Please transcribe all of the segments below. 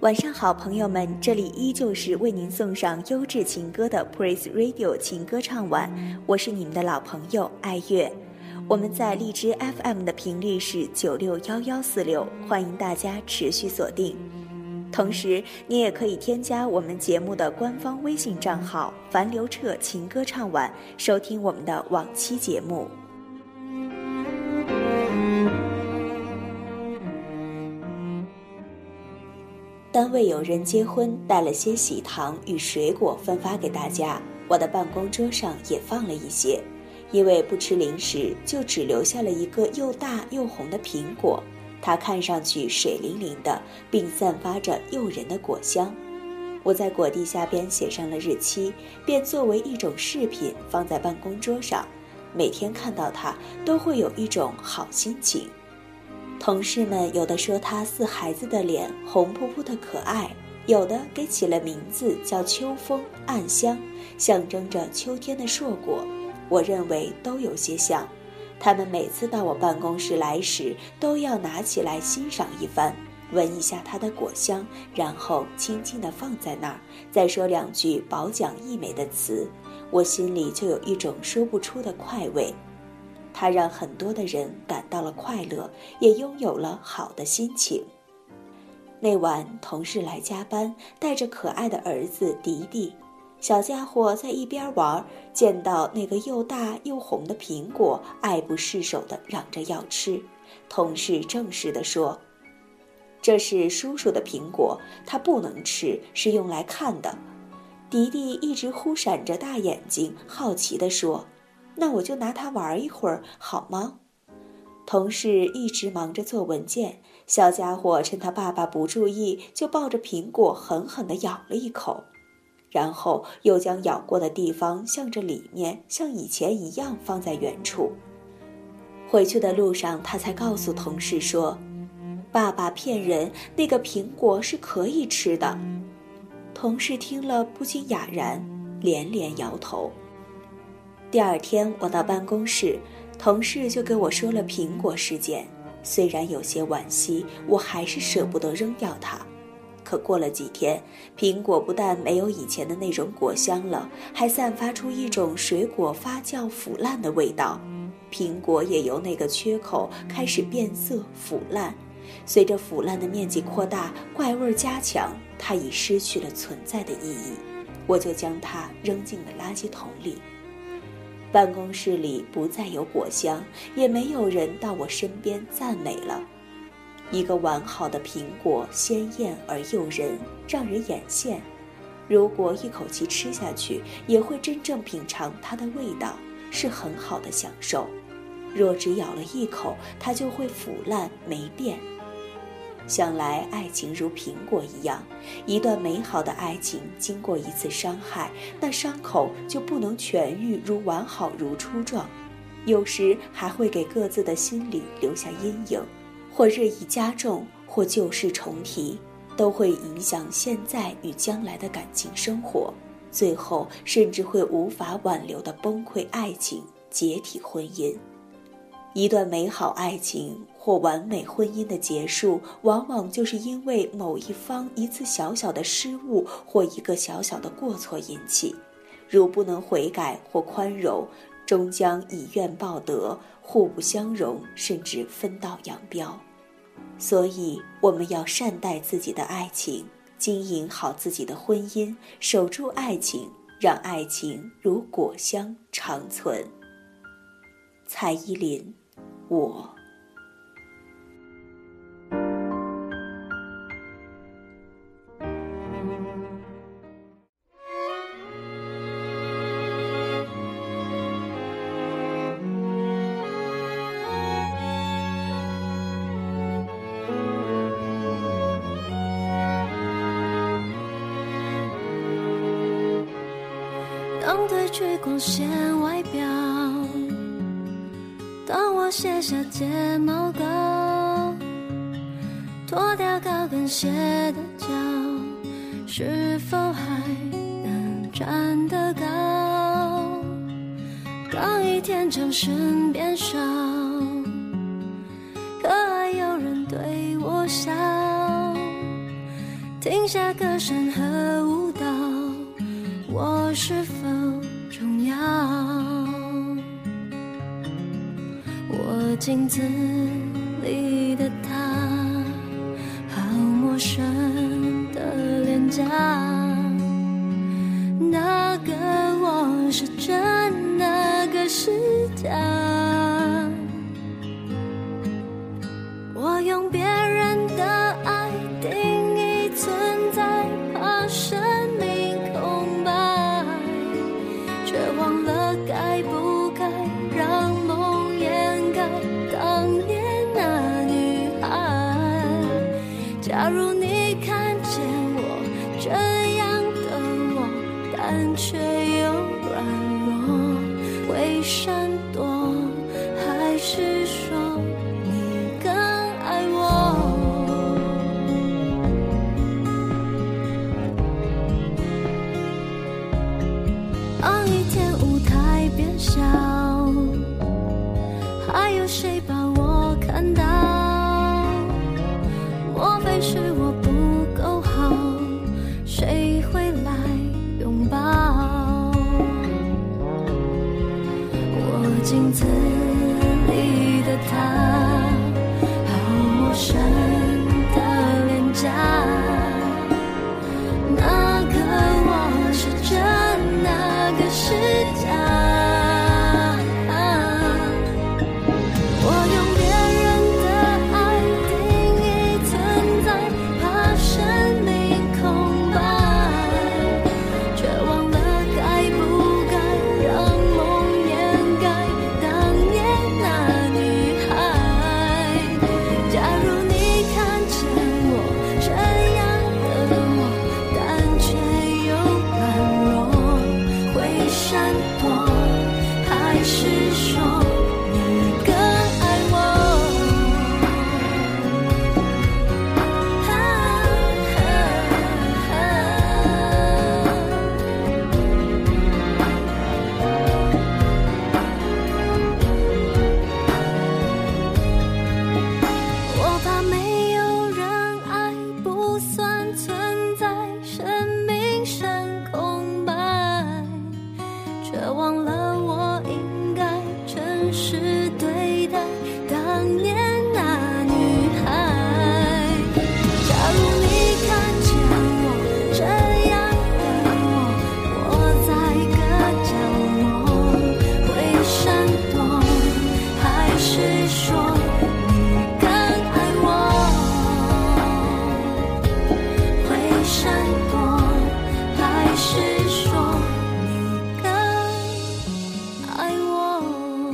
晚上好，朋友们，这里依旧是为您送上优质情歌的 Praise Radio 情歌唱晚，我是你们的老朋友爱乐。我们在荔枝 FM 的频率是961146，欢迎大家持续锁定。同时，你也可以添加我们节目的官方微信账号“樊刘彻情歌唱晚”，收听我们的往期节目。单位有人结婚，带了些喜糖与水果分发给大家，我的办公桌上也放了一些，因为不吃零食，就只留下了一个又大又红的苹果，它看上去水灵灵的，并散发着诱人的果香。我在果蒂下边写上了日期，便作为一种饰品放在办公桌上，每天看到它都会有一种好心情。同事们有的说它似孩子的脸，红扑扑的可爱，有的给起了名字叫秋风暗香，象征着秋天的硕果。我认为都有些像。他们每次到我办公室来时，都要拿起来欣赏一番，闻一下它的果香，然后轻轻地放在那儿，再说两句褒奖溢美的词，我心里就有一种说不出的快慰。它让很多的人感到了快乐，也拥有了好的心情。那晚同事来加班，带着可爱的儿子迪迪，小家伙在一边玩，见到那个又大又红的苹果，爱不释手地嚷着要吃。同事正式地说，这是叔叔的苹果，他不能吃，是用来看的。迪迪一直忽闪着大眼睛，好奇地说，那我就拿它玩一会儿好吗？同事一直忙着做文件，小家伙趁他爸爸不注意，就抱着苹果狠狠地咬了一口，然后又将咬过的地方向着里面，像以前一样放在原处。回去的路上，他才告诉同事说，爸爸骗人，那个苹果是可以吃的。同事听了不禁哑然，连连摇头。第二天我到办公室，同事就给我说了苹果事件。虽然有些惋惜，我还是舍不得扔掉它。可过了几天，苹果不但没有以前的那种果香了，还散发出一种水果发酵腐烂的味道。苹果也由那个缺口开始变色腐烂，随着腐烂的面积扩大，怪味加强，它已失去了存在的意义。我就将它扔进了垃圾桶里。办公室里不再有果香，也没有人到我身边赞美了。一个完好的苹果，鲜艳而诱人，让人眼羡。如果一口气吃下去，也会真正品尝它的味道，是很好的享受。若只咬了一口，它就会腐烂没变。想来爱情如苹果一样，一段美好的爱情经过一次伤害，那伤口就不能痊愈如完好如初状，有时还会给各自的心里留下阴影，或日益加重，或旧事重提，都会影响现在与将来的感情生活，最后甚至会无法挽留的崩溃爱情，解体婚姻。一段美好爱情或完美婚姻的结束，往往就是因为某一方一次小小的失误或一个小小的过错引起，如不能悔改或宽容，终将以怨报德，互不相容，甚至分道扬镳。所以我们要善待自己的爱情，经营好自己的婚姻，守住爱情，让爱情如果香长存。蔡依林，我。 当褪去光鲜外表，当我卸下睫毛膏，脱掉高跟鞋的脚，是否还能站得高？当一天掌声变少，可还有人对我笑， 停下歌声和舞蹈，我是否重要？我镜子里的他，好陌生的脸颊，那个我是真，那个是假。我用别人的爱定义存在，怕生命空白，却忘了该不该让梦掩盖当年那女孩。假如你看见我这样的我，但却又软弱，会闪躲，还是说你更爱我？当一天舞台变小，还有谁把我看到？莫非是我不够好？谁会来拥抱？我镜子里的他，好陌生的脸颊，那个我是真，那个是假。我用别人的爱定义存在，怕生命空白，却忘了该不该让梦掩盖当年那女孩。假如你看见我这样的我，但却又软弱，会闪躲，还是说你更爱我？我怕没有人爱不算存在，生命剩空白，却忘了我应该诚实对待当年那女孩。假如你看见我这样的我，我在个角落，会闪躲，还是说你更爱我？会闪躲，还是说你更爱我？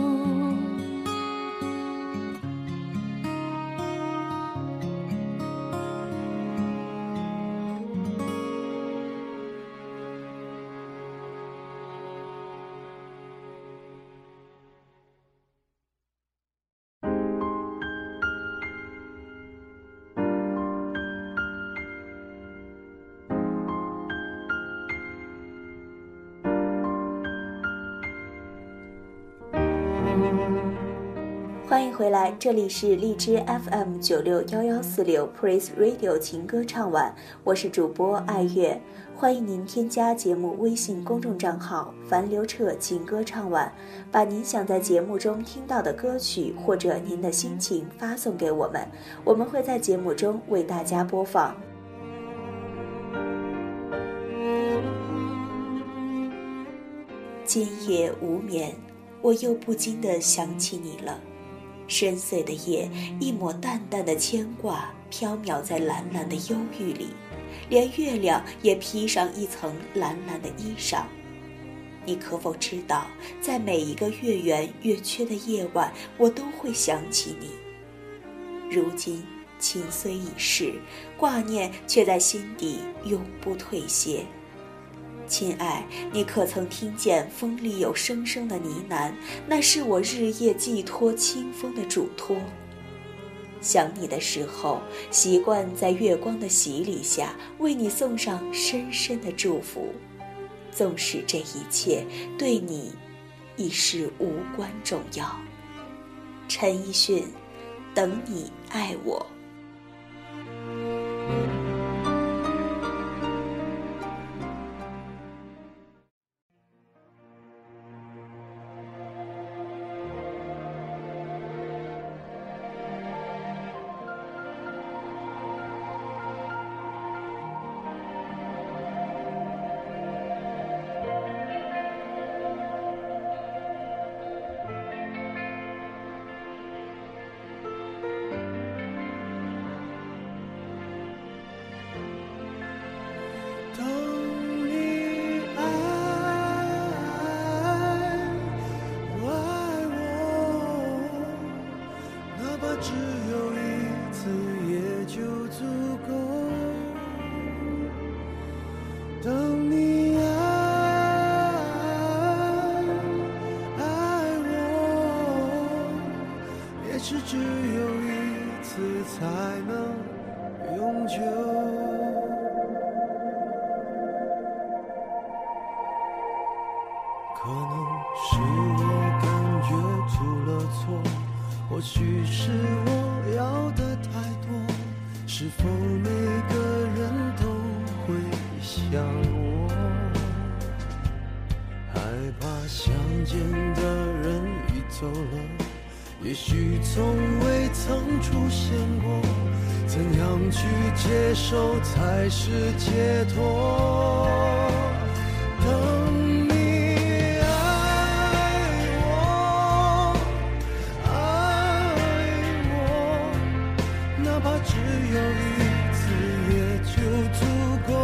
欢迎回来，这里是荔枝 FM 961146 Praise Radio 情歌唱晚，我是主播爱乐，欢迎您添加节目微信公众账号樊刘彻情歌唱晚，把您想在节目中听到的歌曲或者您的心情发送给我们，我们会在节目中为大家播放。今夜无眠，我又不禁地想起你了。深邃的夜，一抹淡淡的牵挂飘渺在蓝蓝的忧郁里，连月亮也披上一层蓝蓝的衣裳。你可否知道，在每一个月圆月缺的夜晚，我都会想起你。如今情虽已逝，挂念却在心底永不退歇。亲爱，你可曾听见风里有声声的呢喃？那是我日夜寄托清风的嘱托。想你的时候，习惯在月光的洗礼下为你送上深深的祝福，纵使这一切对你已是无关重要。陈奕迅，等你爱我。 只有一次才能永久。可能是我感觉出了错，或许是我要的太多，是否每个人都会像我，害怕相见的人已走了，也许从未曾出现过，怎样去接受才是解脱？等你爱我，哪怕只有一次也就足够。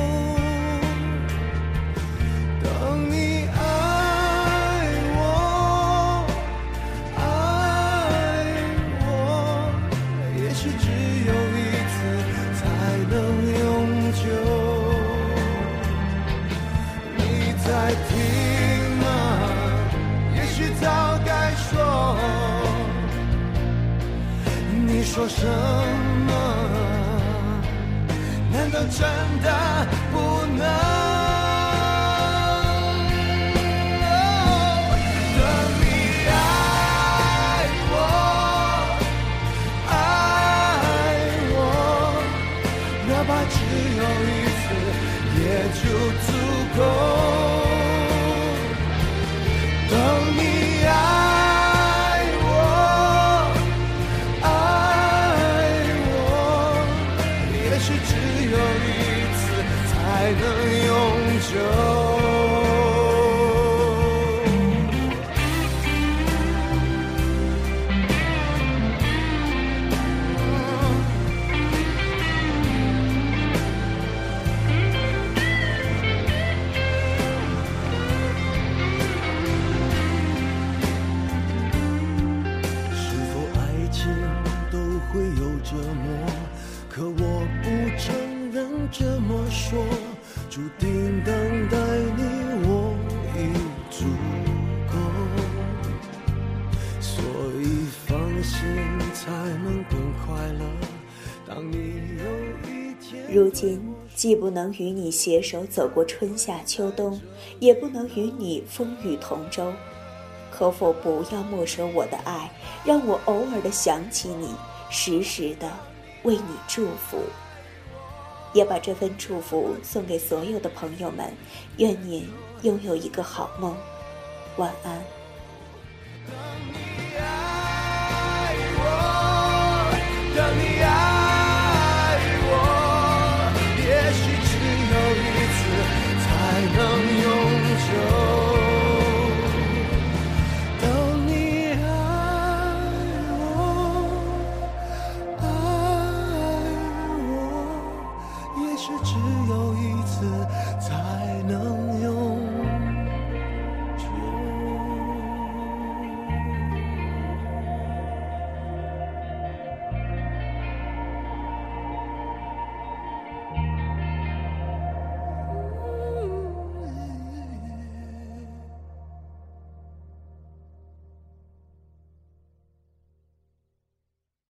等你爱我，也许只有一次才能永久。你在听吗？也许早该说，你说什么？难道真的不能？就足够。等你爱我，也许只有一次才能永久。会有折磨，可我不承认这么说，注定等待你我已足够，所以放心才能更快乐。当你有一天， 如今既不能与你携手走过春夏秋冬，也不能与你风雨同舟，可否不要没收我的爱，让我偶尔的想起你，时时的为你祝福，也把这份祝福送给所有的朋友们，愿您拥有一个好梦，晚安。 等你爱我，也许只有一次才能永久。是只